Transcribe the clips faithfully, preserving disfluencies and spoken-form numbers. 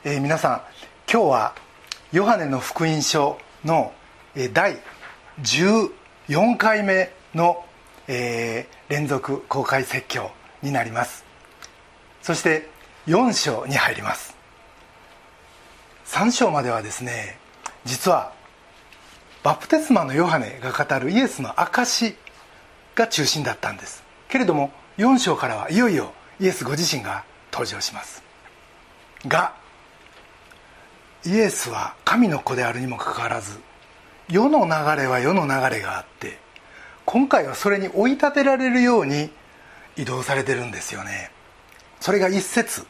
えー、皆さん今日はヨハネの福音書のだいじゅうよんかいめの、えー、連続公開説教になります。そしてよん章に入ります。さん章まではですね、実はバプテスマのヨハネが語るイエスの証が中心だったんです。けれどもよん章からはいよいよイエスご自身が登場しますが、イエスは神の子であるにもかかわらず、世の流れは世の流れがあって、今回はそれに追い立てられるように移動されてるんですよね。それが一節、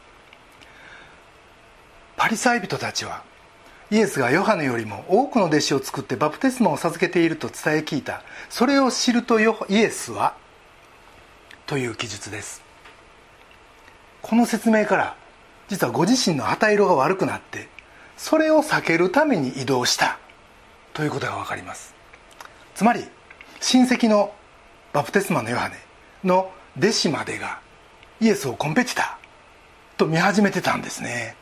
パリサイ人たちはイエスがヨハネよりも多くの弟子を作ってバプテスマを授けていると伝え聞いた。それを知るとイエスはという記述です。この説明から実はご自身の旗色が悪くなって、それを避けるために移動したということが分かります。つまり親戚のバプテスマのヨハネの弟子までがイエスをコンペティターと見始めてたんですね。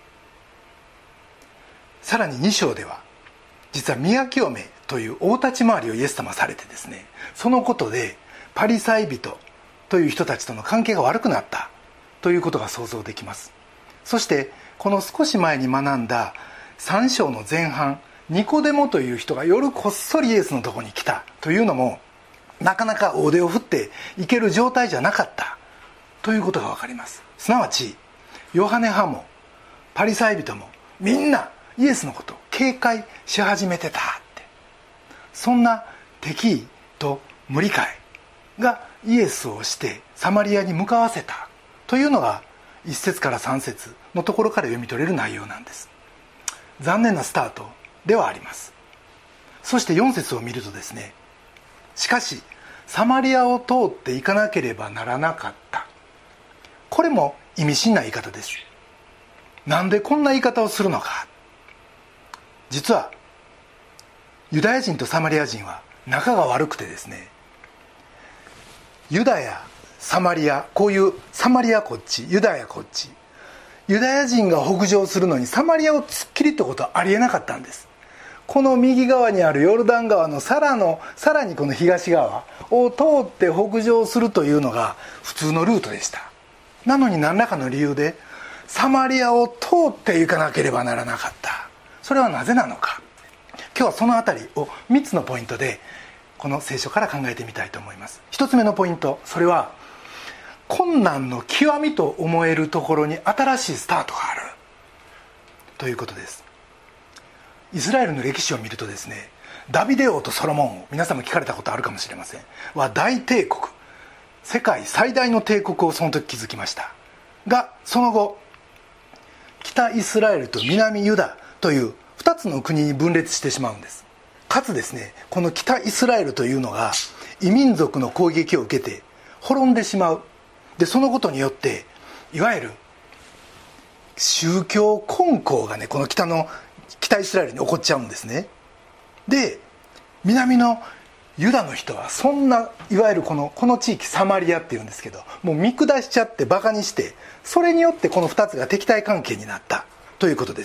さらにに章では実は宮清めという大立ち回りをイエス様されてですね、そのことでパリサイ人という人たちとの関係が悪くなったということが想像できます。そしてこの少し前に学んださん章の前半、ニコデモという人が夜こっそりイエスのところに来たというのも、なかなか大手を振っていける状態じゃなかったということが分かります。すなわちヨハネ派もパリサイ人もみんなイエスのことを警戒し始めてたって、そんな敵意と無理解がイエスをしてサマリアに向かわせたというのがいっ節からさん節のところから読み取れる内容なんです。残念なスタートではあります。そしてよん節を見るとですね、しかしサマリアを通っていかなければならなかった。これも意味深な言い方です。なんでこんな言い方をするのか。実はユダヤ人とサマリア人は仲が悪くてですね、ユダヤサマリア、こういうサマリアこっちユダヤこっち、ユダヤ人が北上するのにサマリアを突っ切りってことはありえなかったんです。この右側にあるヨルダン川のさらのさらにこの東側を通って北上するというのが普通のルートでした。なのに何らかの理由でサマリアを通っていかなければならなかった。それはなぜなのか。今日はそのあたりをみっつのポイントでこの聖書から考えてみたいと思います。ひとつめのポイント、それは困難の極みと思えるところに新しいスタートがあるということです。イスラエルの歴史を見るとですね、ダビデ王とソロモン王、皆さんも聞かれたことあるかもしれませんは大帝国、世界最大の帝国をその時築きましたが、その後北イスラエルと南ユダというふたつの国に分裂してしまうんです。かつですね、この北イスラエルというのが異民族の攻撃を受けて滅んでしまう。でそのことによっていわゆる宗教混交がね、この北の北イスラエルに起こっちゃうんですね。で南のユダの人はそんないわゆるこのこの地域サマリアっていうんですけど、もう見下しちゃってバカにして、それによってこのふたつが敵対関係になったということです。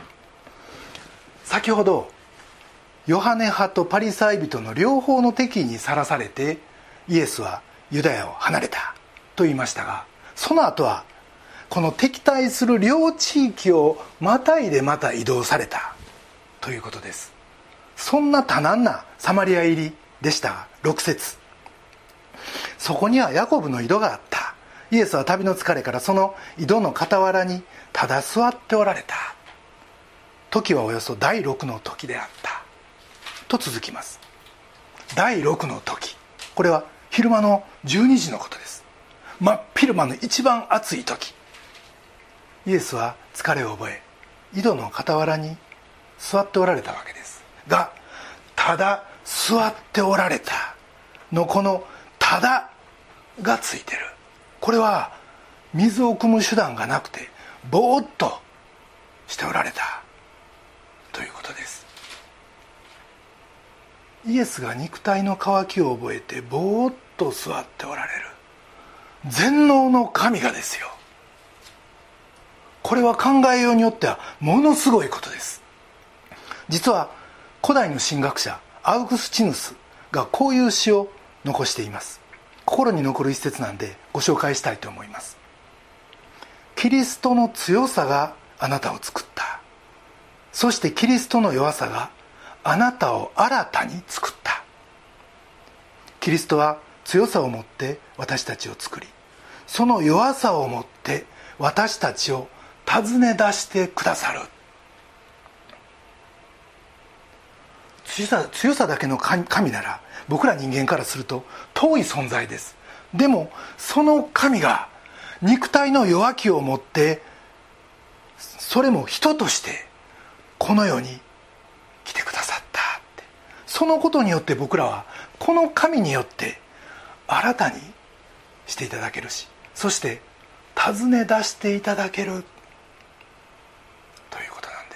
先ほどヨハネ派とパリサイ人の両方の敵意にさらされてイエスはユダヤを離れたと言いましたが、その後はこの敵対する両地域をまたいでまた移動されたということです。そんな多難なサマリア入りでしたが、ろく節、そこにはヤコブの井戸があった。イエスは旅の疲れからその井戸の傍らにただ座っておられた。時はおよそだいろくの時であったと続きます。だいろくの時、これは昼間のじゅうにじのことです。真っ昼間の一番暑い時、イエスは疲れを覚え井戸の傍らに座っておられたわけですが、ただ座っておられたのこのただがついてる。これは水を汲む手段がなくてぼーっとしておられたということです。イエスが肉体の渇きを覚えてぼーっと座っておられる全能の神がですよ、 これは考えようによってはものすごいことです。実は古代の神学者アウグスチヌスがこういう詩を残しています。心に残る一節なんでご紹介したいと思います。キリストの強さがあなたを作った。そしてキリストの弱さがあなたを新たに作った。キリストは強さを持って私たちを作り、その弱さを持って私たちを尋ね出してくださる。強さ、強さだけの神なら僕ら人間からすると遠い存在です。でもその神が肉体の弱きを持って、それも人としてこの世に来てくださったって。そのことによって僕らはこの神によって新たにしていただけるし、そして尋ね出していただけるということなんです。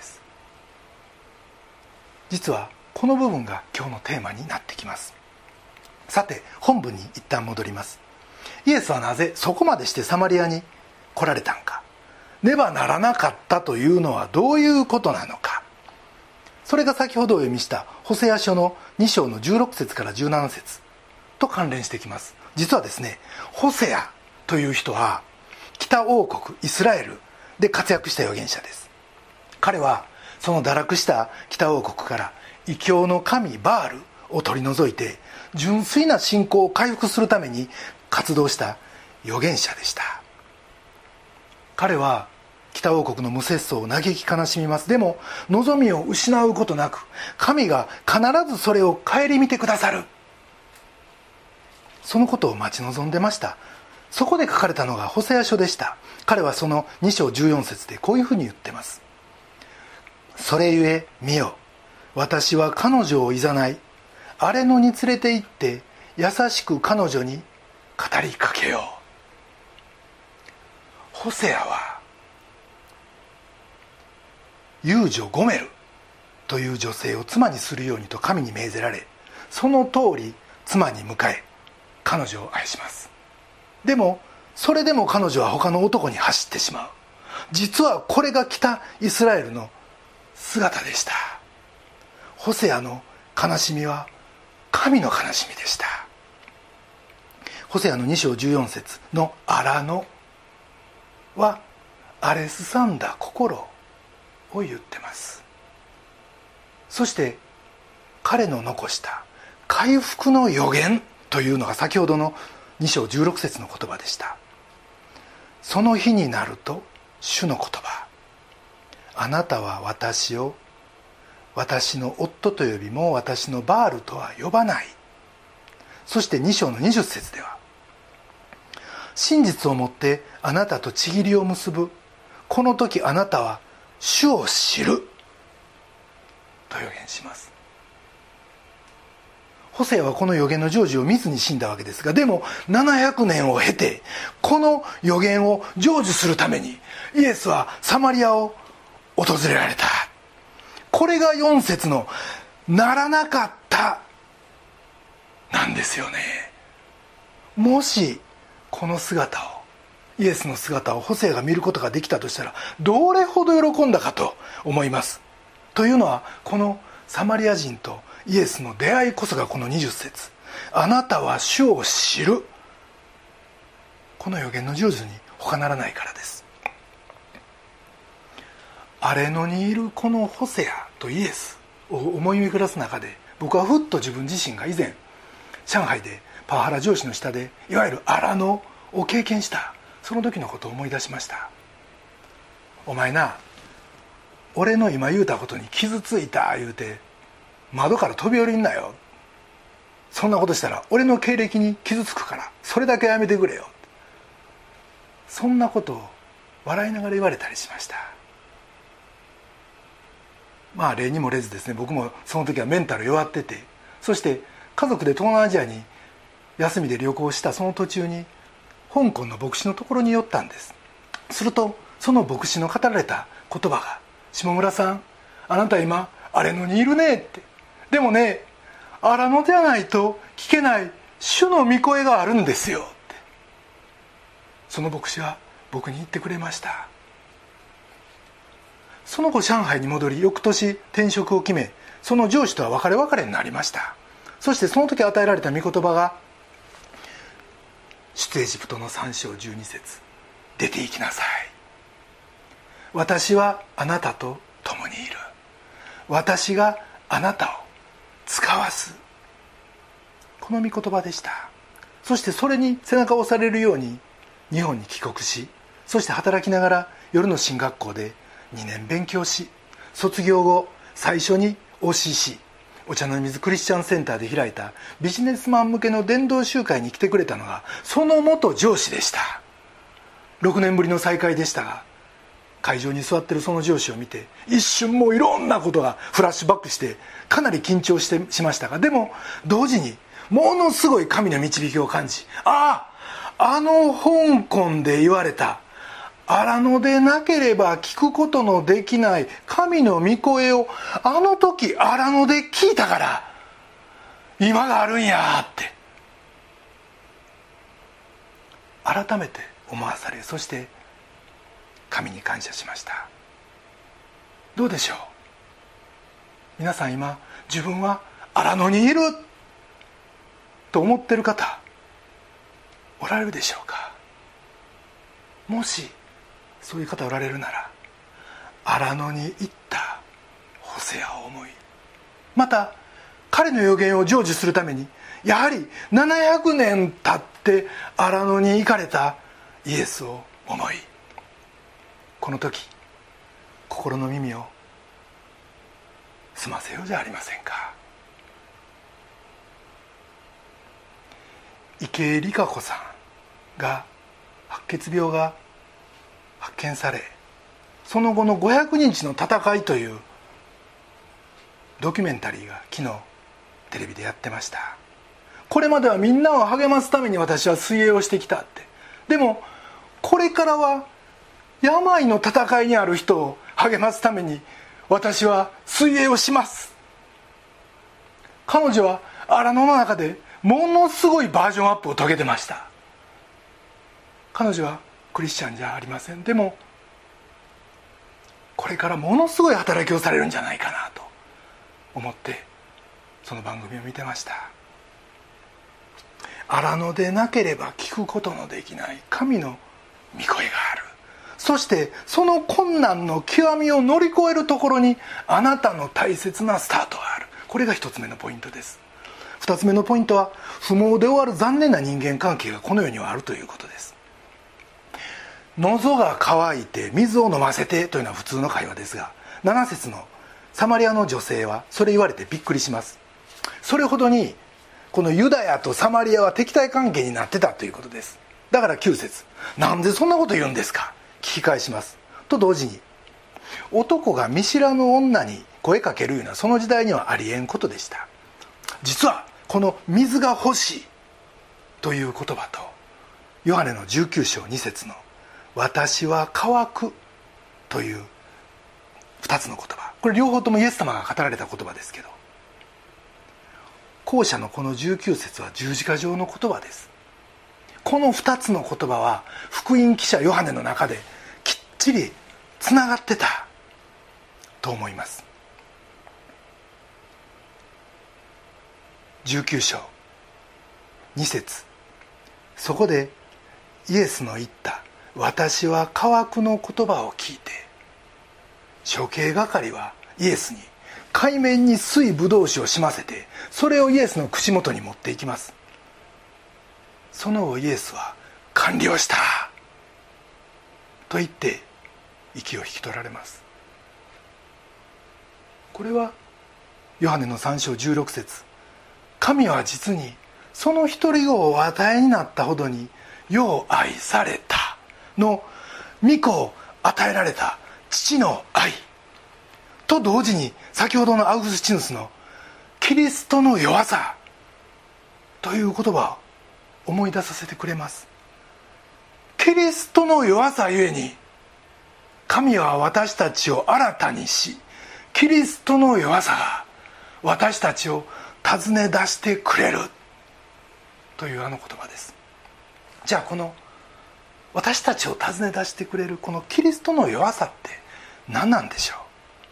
実はこの部分が今日のテーマになってきます。さて本文に一旦戻ります。イエスはなぜそこまでしてサマリアに来られたんか、ねばならなかったというのはどういうことなのか。それが先ほどお読みしたホセア書のに章のじゅうろく節からじゅうなな節と関連してきます。実はですね、ホセアという人は北王国イスラエルで活躍した預言者です。彼はその堕落した北王国から異教の神バールを取り除いて純粋な信仰を回復するために活動した預言者でした。彼は北王国の無節操を嘆き悲しみます。でも望みを失うことなく、神が必ずそれを顧みてくださる、そのことを待ち望んでました。そこで書かれたのがホセア書でした。彼はそのに章じゅうよん節でこういうふうに言ってます。それゆえ見よ、私は彼女をいざない、荒れ野に連れて行って優しく彼女に語りかけよう。ホセアは遊女ゴメルという女性を妻にするようにと神に命ぜられ、その通り妻に迎え彼女を愛します。でもそれでも彼女は他の男に走ってしまう。実はこれが北イスラエルの姿でした。ホセアの悲しみは神の悲しみでした。ホセアのに章じゅうよん節の荒野は荒れすさんだ心を言ってます。そして彼の残した回復の予言というのが先ほどのに章じゅうろく節の言葉でした。その日になると主の言葉、あなたは私を私の夫と呼びも私のバールとは呼ばない。そしてに章のにじゅう節では、真実をもってあなたと契りを結ぶ、この時あなたは主を知ると予言します。ホセアはこの予言の成就を見ずに死んだわけですが、でもななひゃくねんを経てこの予言を成就するためにイエスはサマリアを訪れられた。これがよん節のならなかったなんですよね。もしこの姿を、イエスの姿をホセアが見ることができたとしたら、どれほど喜んだかと思います。というのは、このサマリア人とイエスの出会いこそがこのにじゅう節、あなたは主を知る、この予言の成就に他ならないからです。荒れ野にいるこのホセアとイエスを思い巡らす中で、僕はふっと自分自身が以前上海でパワハラ上司の下でいわゆる荒野を経験したその時のことを思い出しました。お前な、俺の今言うたことに傷ついた言うて窓から飛び降りんなよ、そんなことしたら俺の経歴に傷つくからそれだけやめてくれよ、そんなことを笑いながら言われたりしました。まあ例にもれずですね、僕もその時はメンタル弱ってて、そして家族で東南アジアに休みで旅行したその途中に香港の牧師のところに寄ったんです。するとその牧師の語られた言葉が、下村さん、あなた今荒れ野にいるねって、でもね、荒野じゃないと聞けない主の御声があるんですよって、その牧師は僕に言ってくれました。 その後上海に戻り、翌年転職を決め、その上司とは別れ別れになりました。そしてその時与えられた御言葉が出エジプトのさん章じゅうに節、出て行きなさい、私はあなたと共にいる、私があなたを使わす。この御言葉でした。そしてそれに背中を押されるように日本に帰国し、そして働きながら夜の進学校でにねん勉強し、卒業後最初に オーシーシー お茶の水クリスチャンセンターで開いたビジネスマン向けの伝道集会に来てくれたのがその元上司でした。ろくねんぶりの再会でしたが、会場に座ってるその上司を見て一瞬もういろんなことがフラッシュバックしてかなり緊張してしましたが、でも同時にものすごい神の導きを感じ、あああの香港で言われた荒野でなければ聞くことのできない神の御声をあの時荒野で聞いたから今があるんやって改めて思わされ、そして神に感謝しました。どうでしょう、皆さん今自分は荒野にいると思っている方おられるでしょうか。もしそういう方おられるなら、荒野に行ったホセアを思い、また彼の予言を成就するためにやはりななひゃくねん経って荒野に行かれたイエスを思い、この時心の耳を澄ませようじゃありませんか。池江璃花子さんが白血病が発見され、その後のごひゃくにちの戦いというドキュメンタリーが昨日テレビでやってました。これまではみんなを励ますために私は水泳をしてきたって、でもこれからは病の戦いにある人を励ますために私は水泳をします。彼女は荒野の中でものすごいバージョンアップを遂げてました。彼女はクリスチャンじゃありません。でもこれからものすごい働きをされるんじゃないかなと思ってその番組を見てました。荒野でなければ聞くことのできない神の御声がある。そしてその困難の極みを乗り越えるところにあなたの大切なスタートがある。これが一つ目のポイントです。二つ目のポイントは、不毛で終わる残念な人間関係がこの世にはあるということです。喉が渇いて水を飲ませてというのは普通の会話ですが、なな節のサマリアの女性はそれ言われてびっくりします。それほどにこのユダヤとサマリアは敵対関係になってたということです。だからきゅう節、なんでそんなこと言うんですか、聞き返します。と同時に、男が見知らぬ女に声かけるようなその時代にはありえんことでした。実はこの水が欲しいという言葉と、ヨハネのじゅうきゅう章に節の私は乾くというふたつの言葉、これ両方ともイエス様が語られた言葉ですけど、後者のこのじゅうきゅう節は十字架上の言葉です。このふたつの言葉は福音記者ヨハネの中できっちりつながってたと思います。じゅうきゅう章に節、そこでイエスの言った私は乾くの言葉を聞いて、処刑係はイエスに海面に水ぶどう酒をしませて、それをイエスの口元に持っていきます。その後イエスは完了したと言って息を引き取られます。これはヨハネのさん章じゅうろく節、神は実にその一人子をお与えになったほどによう愛されたの御子を与えられた父の愛と同時に、先ほどのアウグスチヌスのキリストの弱さという言葉を思い出させてくれます。キリストの弱さゆえに神は私たちを新たにし、キリストの弱さが私たちを尋ね出してくれるというあの言葉です。じゃあこの私たちを尋ね出してくれるこのキリストの弱さって何なんでしょう。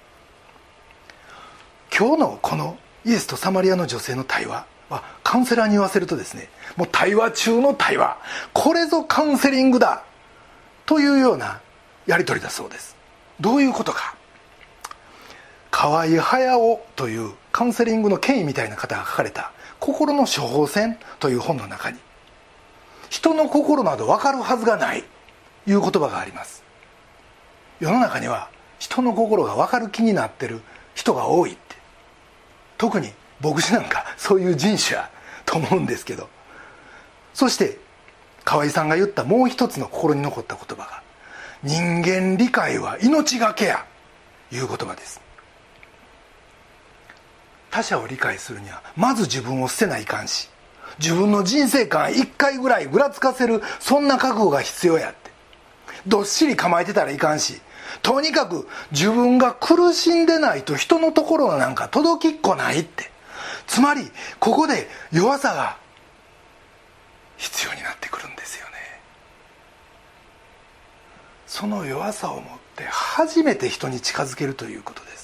今日のこのイエスとサマリアの女性の対話は、カウンセラーに言わせるとですね、もう対話中の対話、これぞカウンセリングだというようなやり取りだそうです。どういうことか。河合駿というカウンセリングの権威みたいな方が書かれた心の処方箋という本の中に、人の心など分かるはずがないいう言葉があります。世の中には人の心が分かる気になってる人が多いって、特に牧師なんかそういう人種やと思うんですけど、そして河合さんが言ったもう一つの心に残った言葉が、人間理解は命がけやいう言葉です。他者を理解するにはまず自分を捨てないかんし、自分の人生観一回ぐらいぐらつかせる、そんな覚悟が必要やって、どっしり構えてたらいかんし、とにかく自分が苦しんでないと人のところなんか届きっこないって、つまりここで弱さが必要になってくるんですよね。その弱さを持って初めて人に近づけるということです。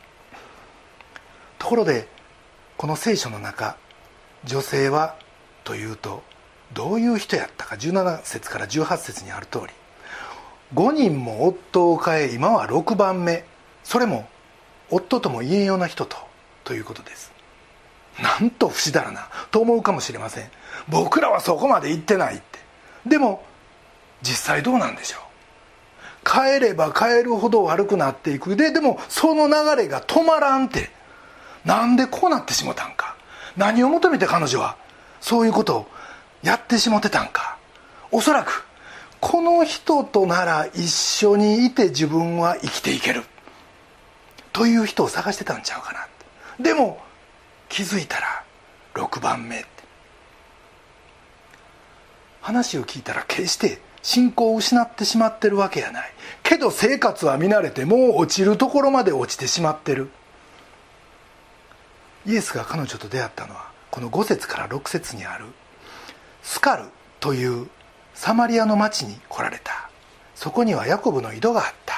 ところでこの聖書の中、女性はというとどういう人やったか、じゅうなな節からじゅうはち節にある通り、ごにんも夫を変え今はろくばんめ、それも夫とも言えんような人とということです。なんと不死だらなと思うかもしれません。僕らはそこまで行ってないって。でも実際どうなんでしょう。変えれば変えるほど悪くなっていく。ででもその流れが止まらんって、なんでこうなってしもたんか、何を求めて彼女はそういうことをやってしもてたんか。おそらくこの人となら一緒にいて自分は生きていけるという人を探してたんちゃうかな。でも気づいたらろくばんめって。話を聞いたら決して信仰を失ってしまってるわけやない。けど生活は見慣れてもう落ちるところまで落ちてしまってる。イエスが彼女と出会ったのはこのご節からろく節にあるスカルというサマリアの町に来られた。そこにはヤコブの井戸があった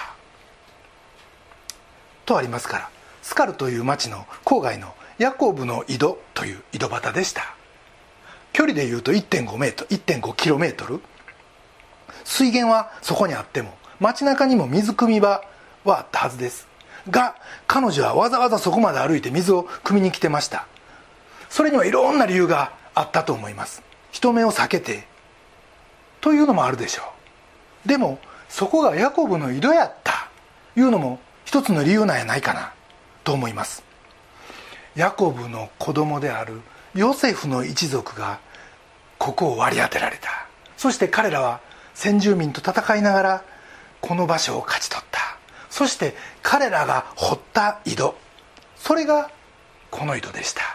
とありますから、スカルという町の郊外のヤコブの井戸という井戸端でした。距離でいうと いってんごメートル いってんごキロメートル、水源はそこにあっても街中にも水汲み場はあったはずですが、彼女はわざわざそこまで歩いて水を汲みに来てました。それにはいろんな理由があったと思います。人目を避けてというのもあるでしょう。でもそこがヤコブの井戸やったいうのも一つの理由なんやないかなと思います。ヤコブの子供であるヨセフの一族がここを割り当てられた。そして彼らは先住民と戦いながらこの場所を勝ち取った。そして彼らが掘った井戸、それがこの井戸でした。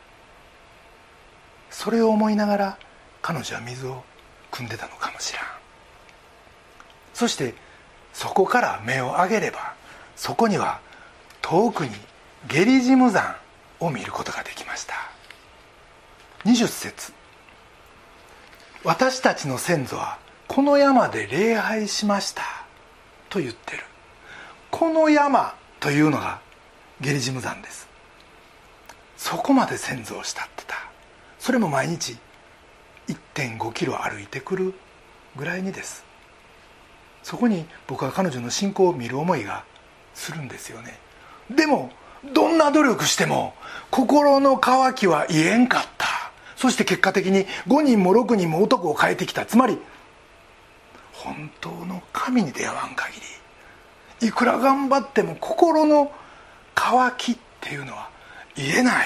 それを思いながら彼女は水を汲んでたのかもしれん。そしてそこから目を上げれば、そこには遠くにゲリジム山を見ることができました。にじゅっ節、私たちの先祖はこの山で礼拝しましたと言ってる。この山というのがゲリジム山です。そこまで先祖を慕ってた。それも毎日 いってんごキロ歩いてくるぐらいにです。そこに僕は彼女の信仰を見る思いがするんですよね。でもどんな努力しても心の渇きは癒えんかった。そして結果的にごにんもろくにんも男を変えてきた。つまり本当の神に出会わん限り、いくら頑張っても心の渇きっていうのは癒えない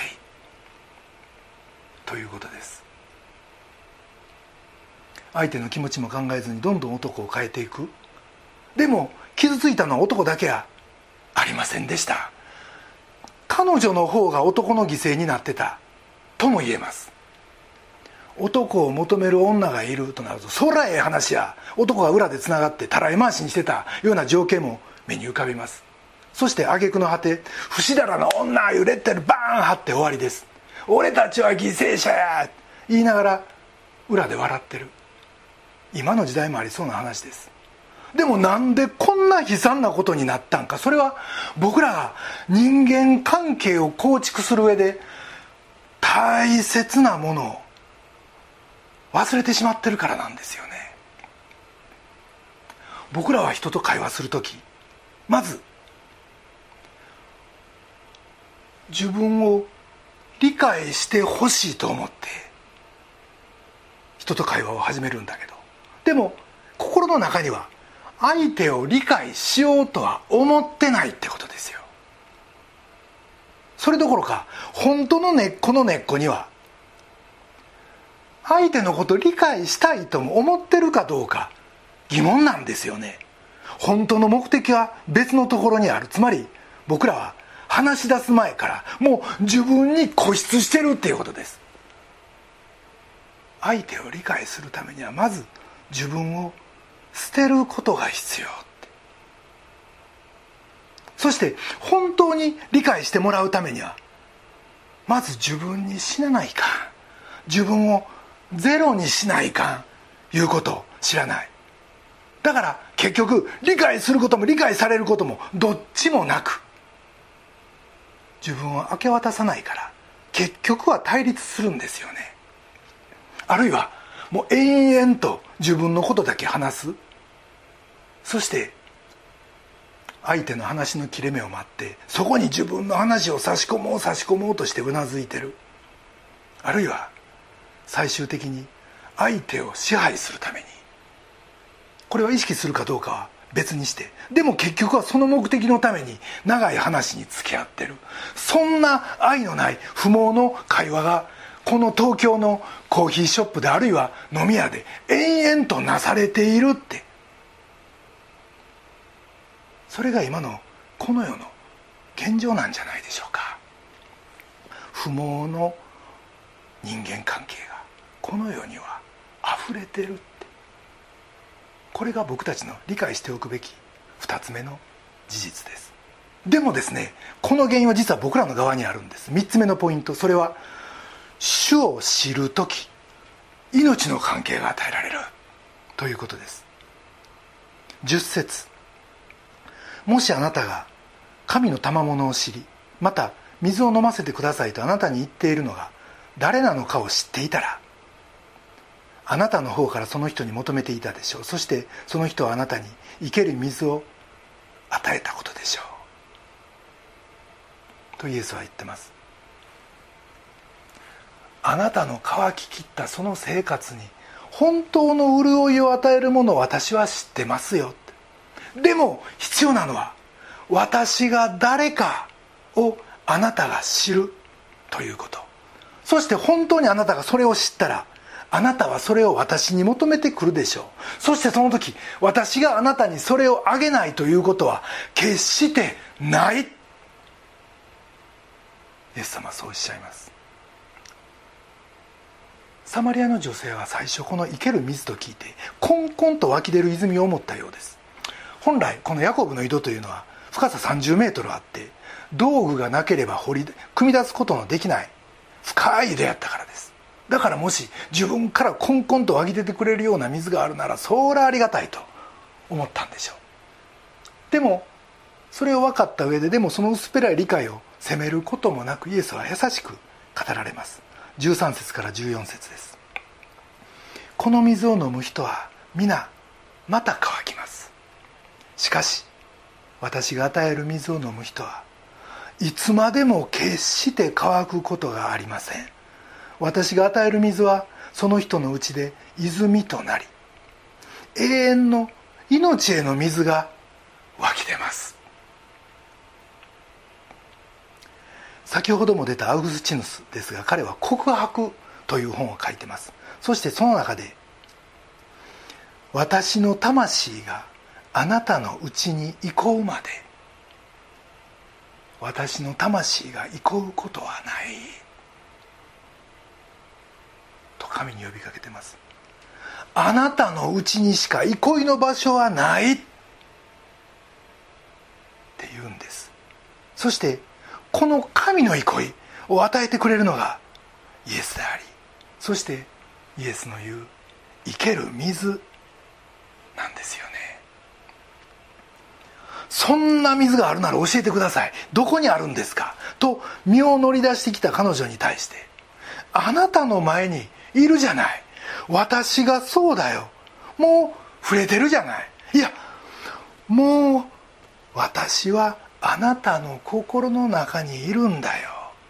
ということです。相手の気持ちも考えずにどんどん男を変えていく。でも傷ついたのは男だけはありませんでした。彼女の方が男の犠牲になってたとも言えます。男を求める女がいるとなると、そらええ話や、男が裏でつながってたらい回しにしてたような情景も目に浮かびます。そして挙句の果て、不死だらの女いうレッテルバーン貼って終わりです。俺たちは犠牲者や言いながら裏で笑ってる。今の時代もありそうな話です。 でもなんでこんな悲惨なことになったんか、それは僕らが人間関係を構築する上で大切なものを忘れてしまってるからなんですよね。僕らは人と会話するとき、まず自分を理解してほしいと思って人と会話を始めるんだけど、でも心の中には相手を理解しようとは思ってないってことですよ。それどころか本当の根っこの根っこには相手のことを理解したいとも思ってるかどうか疑問なんですよね。本当の目的は別のところにある。つまり僕らは話し出す前からもう自分に固執してるっていうことです。相手を理解するためにはまず自分を捨てることが必要って。そして本当に理解してもらうためにはまず自分に死なないかん、自分をゼロにしないかんいうことを知らない。だから結局理解することも理解されることもどっちもなく、自分を明け渡さないから結局は対立するんですよね。あるいはもう延々と自分のことだけ話す。そして相手の話の切れ目を待ってそこに自分の話を差し込もう差し込もうとしてうなずいてる。あるいは最終的に相手を支配するために、これは意識するかどうかは別にして、でも結局はその目的のために長い話に付き合ってる。そんな愛のない不毛の会話がこの東京のコーヒーショップであるいは飲み屋で延々となされているって、それが今のこの世の現状なんじゃないでしょうか。不毛の人間関係がこの世には溢れてるって、これが僕たちの理解しておくべきふたつめの事実です。でもですね、この原因は実は僕らの側にあるんです。みっつめのポイント、それは主を知るとき命の関係が与えられるということです。じゅっ節、もしあなたが神の賜物を知り、また水を飲ませてくださいとあなたに言っているのが誰なのかを知っていたら、あなたの方からその人に求めていたでしょう。そしてその人はあなたに生ける水を与えたことでしょうとイエスは言ってます。あなたの乾ききったその生活に本当の潤いを与えるものを私は知ってますよ。でも必要なのは私が誰かをあなたが知るということ。そして本当にあなたがそれを知ったら、あなたはそれを私に求めてくるでしょう。そしてその時私があなたにそれをあげないということは決してない。イエス様はそうおっしゃいます。サマリアの女性は最初この生ける水と聞いてコンコンと湧き出る泉を思ったようです。本来このヤコブの井戸というのは深ささんじゅうメートルあって、道具がなければ掘り汲み出すことのできない深い井戸やったからです。だからもし自分からコンコンと湧き出てくれるような水があるならそれはありがたいと思ったんでしょう。でもそれを分かった上で、でもその薄っぺらい理解を責めることもなくイエスは優しく語られます。じゅうさん節からじゅうよん節です。この水を飲む人は皆また乾きます。しかし私が与える水を飲む人はいつまでも決して乾くことがありません。私が与える水はその人のうちで泉となり、永遠の命への水が湧き出ます。先ほども出たアウグスチヌスですが、彼は告白という本を書いてます。そしてその中で、私の魂があなたのうちに憩うまで私の魂が憩うことはないと神に呼びかけてます。あなたのうちにしか憩いの場所はないって言うんです。そしてこの神の憩いを与えてくれるのがイエスであり、そしてイエスの言う生ける水なんですよね。 そんな水があるなら教えてください、どこにあるんですかと身を乗り出してきた彼女に対して、あなたの前にいるじゃない、私がそうだよ、もう触れてるじゃない、いやもう私はあなたの心の中にいるんだよ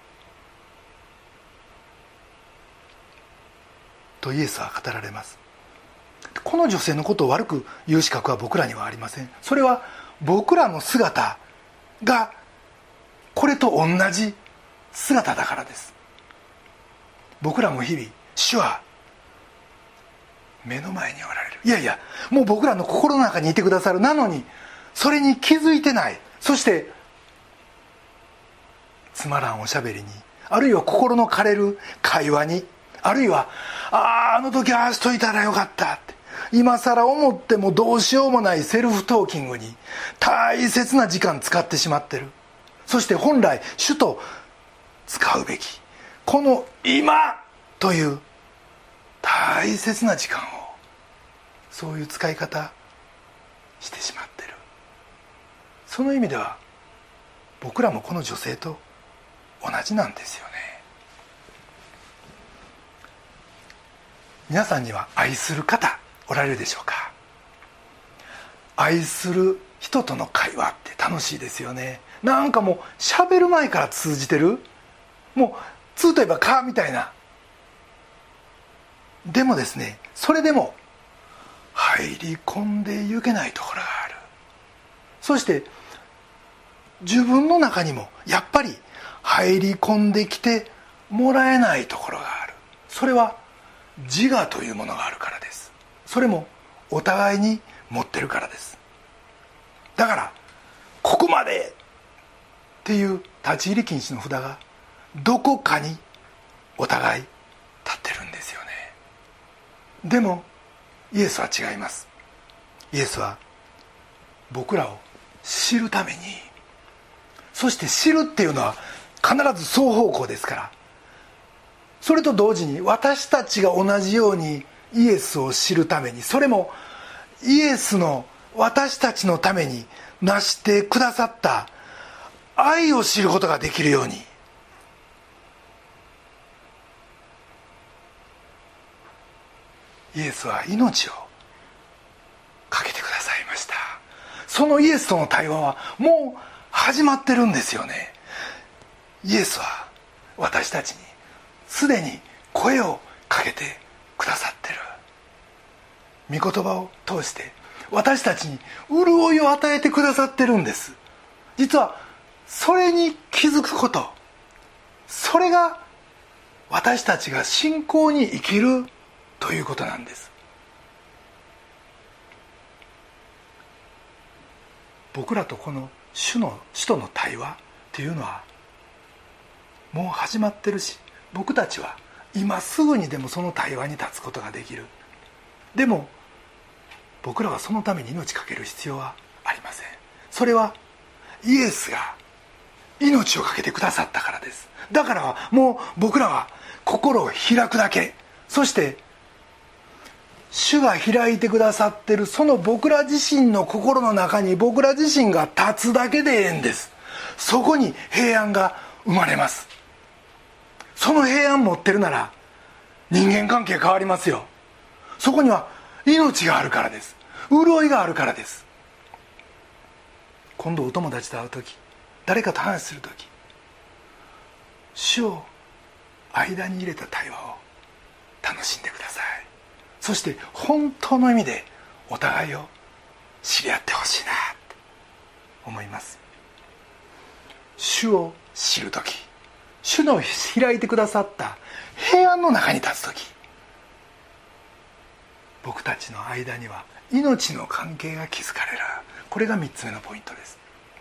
とイエスは語られます。この女性のことを悪く言う資格は僕らにはありません。それは僕らの姿がこれと同じ姿だからです。僕らも日々主は目の前におられる、いやいやもう僕らの心の中にいてくださる、なのにそれに気づいてない、そしてつまらんおしゃべりに、あるいは心の枯れる会話に、あるいはあああの時ああしといたらよかったって今更思ってもどうしようもないセルフトーキングに大切な時間使ってしまってる。そして本来主と使うべきこの今という大切な時間をそういう使い方してしまってる。その意味では僕らもこの女性と同じなんですよね。皆さんには愛する方おられるでしょうか。愛する人との会話って楽しいですよね。なんかもう喋る前から通じてる、もう通といえばかみたいな。でもですね、それでも入り込んでゆけないところがある。そして自分の中にもやっぱり入り込んできてもらえないところがある。それは自我というものがあるからです。それもお互いに持ってるからです。だからここまでっていう立ち入り禁止の札がどこかにお互い立ってるんですよね。でもイエスは違います。イエスは僕らを知るために、そして知るっていうのは必ず双方向ですから、それと同時に私たちが同じようにイエスを知るために、それもイエスの私たちのために成してくださった愛を知ることができるように、イエスは命をかけてくださいました。そのイエスとの対話はもう始まってるんですよね。イエスは私たちにすでに声をかけてくださってる。御言葉を通して私たちに潤いを与えてくださってるんです。実はそれに気づくこと、それが私たちが信仰に生きるということなんです。僕らとこの主の主との対話っていうのはもう始まってるし、僕たちは今すぐにでもその対話に立つことができる。でも僕らはそのために命かける必要はありません。それはイエスが命をかけてくださったからです。だからもう僕らは心を開くだけ、そして主が開いてくださってるその僕ら自身の心の中に僕ら自身が立つだけでええんです。そこに平安が生まれます。その平安持ってるなら人間関係変わりますよ。そこには命があるからです。潤いがあるからです。今度お友達と会う時、誰かと話する時、主を間に入れた対話を楽しんでください。そして本当の意味でお互いを知り合ってほしいなって思います。主を知る時、主の開いてくださった平安の中に立つ時、僕たちの間には命の関係が築かれる。これがみっつめのポイントです。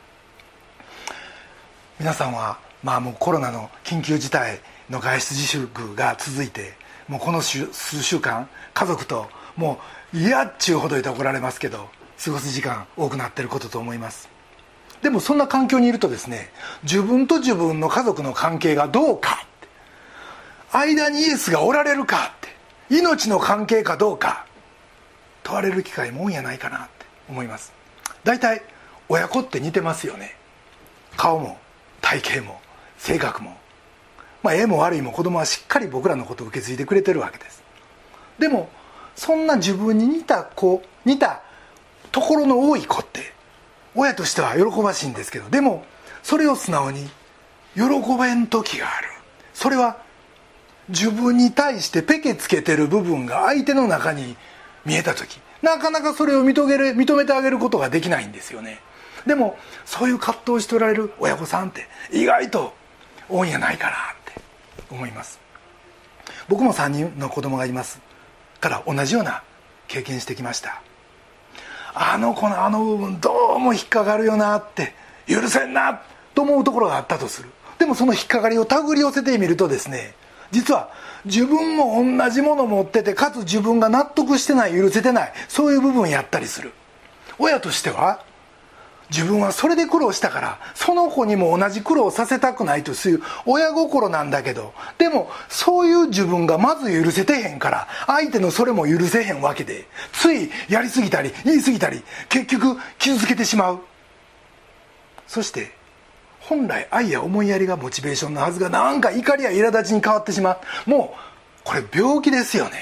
皆さんはまあもうコロナの緊急事態の外出自粛が続いて、もうこの数週間家族ともう嫌っちゅうほどいて怒られますけど過ごす時間多くなっていることと思います。でもそんな環境にいるとですね、自分と自分の家族の関係がどうかって、間にイエスがおられるかって、命の関係かどうか問われる機会も多いんやないかなって思います。大体親子って似てますよね。顔も体型も性格も、まあ、ええも悪いも子供はしっかり僕らのことを受け継いでくれてるわけです。でもそんな自分に似た子、似たところの多い子って親としては喜ばしいんですけど、でもそれを素直に喜べん時がある。それは自分に対してペケつけてる部分が相手の中に見えた時、なかなかそれを認める、認めてあげることができないんですよね。でもそういう葛藤をしておられる親御さんって意外と多いんじゃないかなって思います。僕もさんにんの子供がいますから同じような経験してきました。あの子のあの部分どうも引っかかるよなって、許せんなと思うところがあったとする。でもその引っかかりを手繰り寄せてみるとですね、実は自分も同じものを持ってて、かつ自分が納得してない、許せてない、そういう部分やったりする。親としては自分はそれで苦労したからその子にも同じ苦労させたくないという親心なんだけど、でもそういう自分がまず許せてへんから相手のそれも許せへんわけで、ついやりすぎたり言いすぎたり結局傷つけてしまう。そして本来愛や思いやりがモチベーションのはずがなんか怒りや苛立ちに変わってしまう。もうこれ病気ですよね。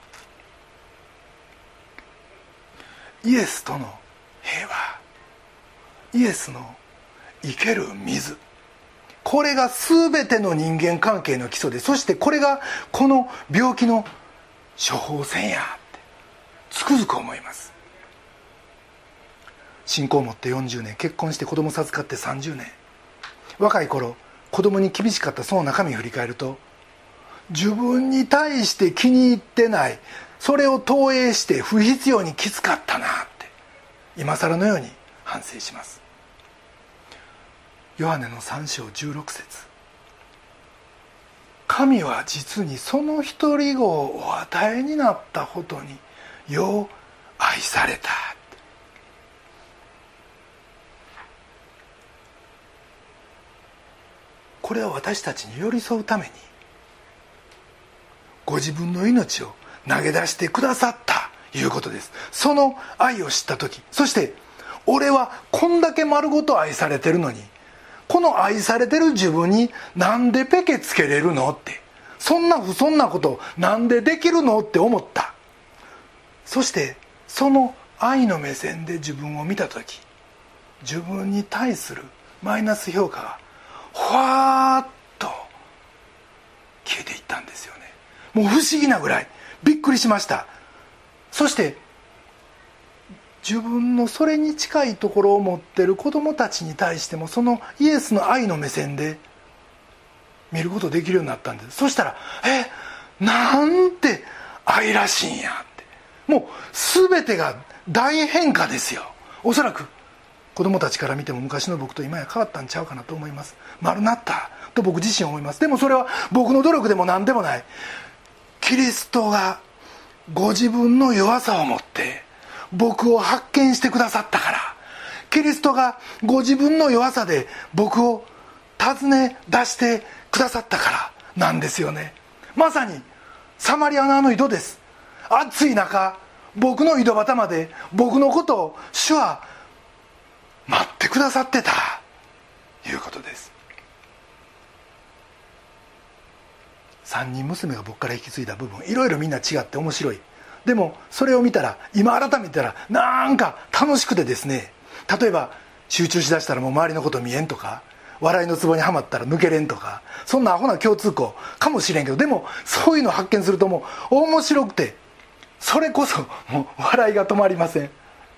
イエスとの平和、イエスの生ける水、これが全ての人間関係の基礎で、そしてこれがこの病気の処方箋やってつくづく思います。信仰を持ってよんじゅうねん、結婚して子供授かってさんじゅうねん、若い頃子供に厳しかったその中身を振り返ると、自分に対して気に入ってない、それを投影して不必要にきつかったなって今更のように反省します。ヨハネのさん章じゅうろく節、神は実にその一人子をお与えになったことによう愛された。これは私たちに寄り添うためにご自分の命を投げ出してくださったいうことです。その愛を知った時、そして俺はこんだけ丸ごと愛されてるのに、この愛されてる自分になんでペケつけれるのって、そんな不遜なことなんでできるのって思った。そしてその愛の目線で自分を見た時、自分に対するマイナス評価がふわーっと消えていったんですよね。もう不思議なぐらいびっくりしました。そして自分のそれに近いところを持っている子どもたちに対してもそのイエスの愛の目線で見ることできるようになったんです。そしたらえなんて愛らしいんやって、もう全てが大変化ですよ。おそらく子どもたちから見ても昔の僕と今や変わったんちゃうかなと思います。丸なったと僕自身思います。でもそれは僕の努力でも何でもない。キリストがご自分の弱さを持って僕を発見してくださったから、キリストがご自分の弱さで僕を訪ね出してくださったからなんですよね。まさにサマリアのあの井戸です。暑い中僕の井戸端まで僕のことを主は待ってくださってたということです。三人娘が僕から引き継いだ部分、いろいろみんな違って面白い。でもそれを見たら、今改めたらなんか楽しくてですね、例えば集中しだしたらもう周りのこと見えんとか、笑いのツボにはまったら抜けれんとか、そんなアホな共通項かもしれんけど、でもそういうのを発見するともう面白くて、それこそもう笑いが止まりません。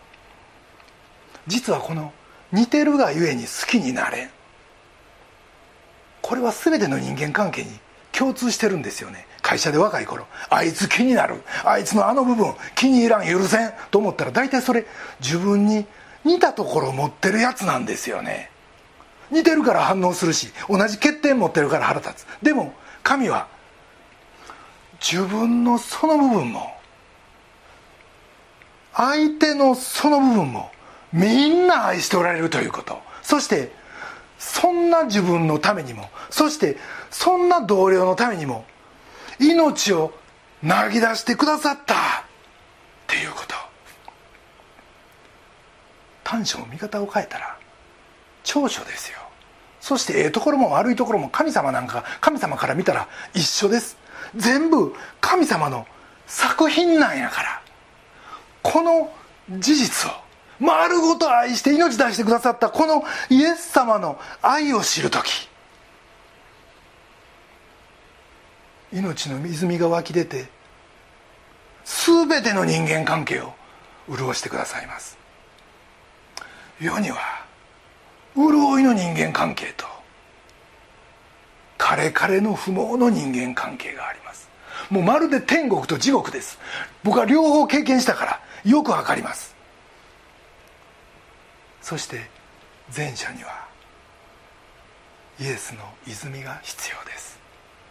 実はこの似てるがゆえに好きになれん、これは全ての人間関係に共通してるんですよね。会社で若い頃あいつ気になる、あいつのあの部分気に入らん、許せんと思ったら大体それ自分に似たところを持ってるやつなんですよね。似てるから反応するし、同じ欠点持ってるから腹立つ。でも神は自分のその部分も相手のその部分もみんな愛しておられるということ、そしてそんな自分のためにも、そしてそんな同僚のためにも命を投げ出してくださったっていうこと。 短所の見方を変えたら長所ですよ。そしてええところも悪いところも神様なんか神様から見たら一緒です。全部神様の作品なんやから、この事実を丸ごと愛して命出してくださったこのイエス様の愛を知るとき、命の泉が湧き出て全ての人間関係を潤してくださいます。世には潤いの人間関係とかれかれの不毛の人間関係があります。もうまるで天国と地獄です。僕は両方経験したからよくわかります。そして前者にはイエスの泉が必要です。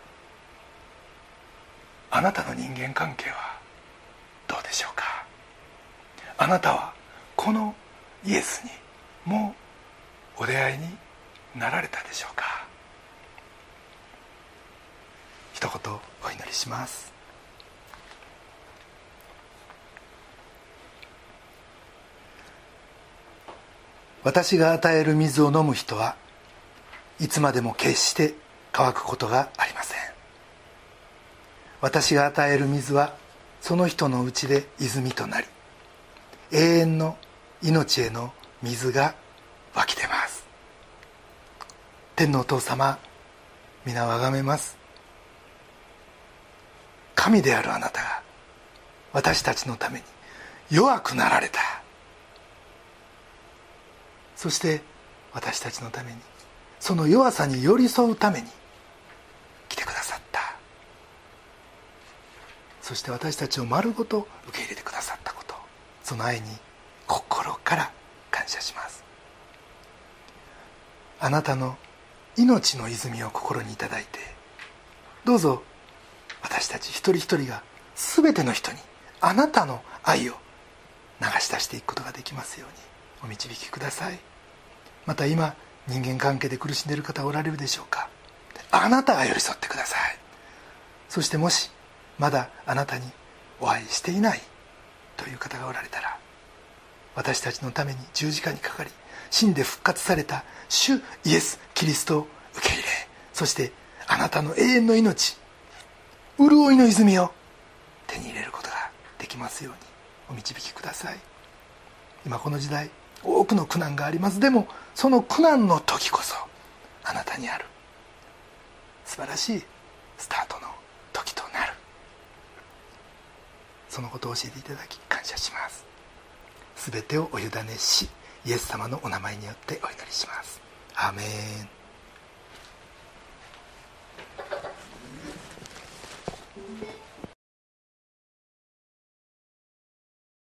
あなたの人間関係はどうでしょうか。あなたはこのイエスにもうお出会いになられたでしょうか。一言お祈りします。私が与える水を飲む人はいつまでも決して乾くことがありません。私が与える水はその人のうちで泉となり、永遠の命への水が湧き出ます。天のお父様、皆をあがめます。神であるあなたが私たちのために弱くなられた。そして私たちのためにその弱さに寄り添うために来てくださった。そして私たちを丸ごと受け入れてくださったこと、その愛に心から感謝します。あなたの命の泉を心にいただいて、どうぞ私たち一人一人が全ての人にあなたの愛を流し出していくことができますようにお導きください。また今人間関係で苦しんでいる方おられるでしょうか。あなたが寄り添ってください。そしてもしまだあなたにお会いしていないという方がおられたら、私たちのために十字架にかかり死んで復活された主イエス・キリストを受け入れ、そしてあなたの永遠の命、潤いの泉を手に入れることができますようにお導きください。今この時代多くの苦難があります。でもその苦難の時こそあなたにある素晴らしいスタートの時となる。そのことを教えていただき感謝します。すべてをお委ねし、イエス様のお名前によってお祈りします。アーメン。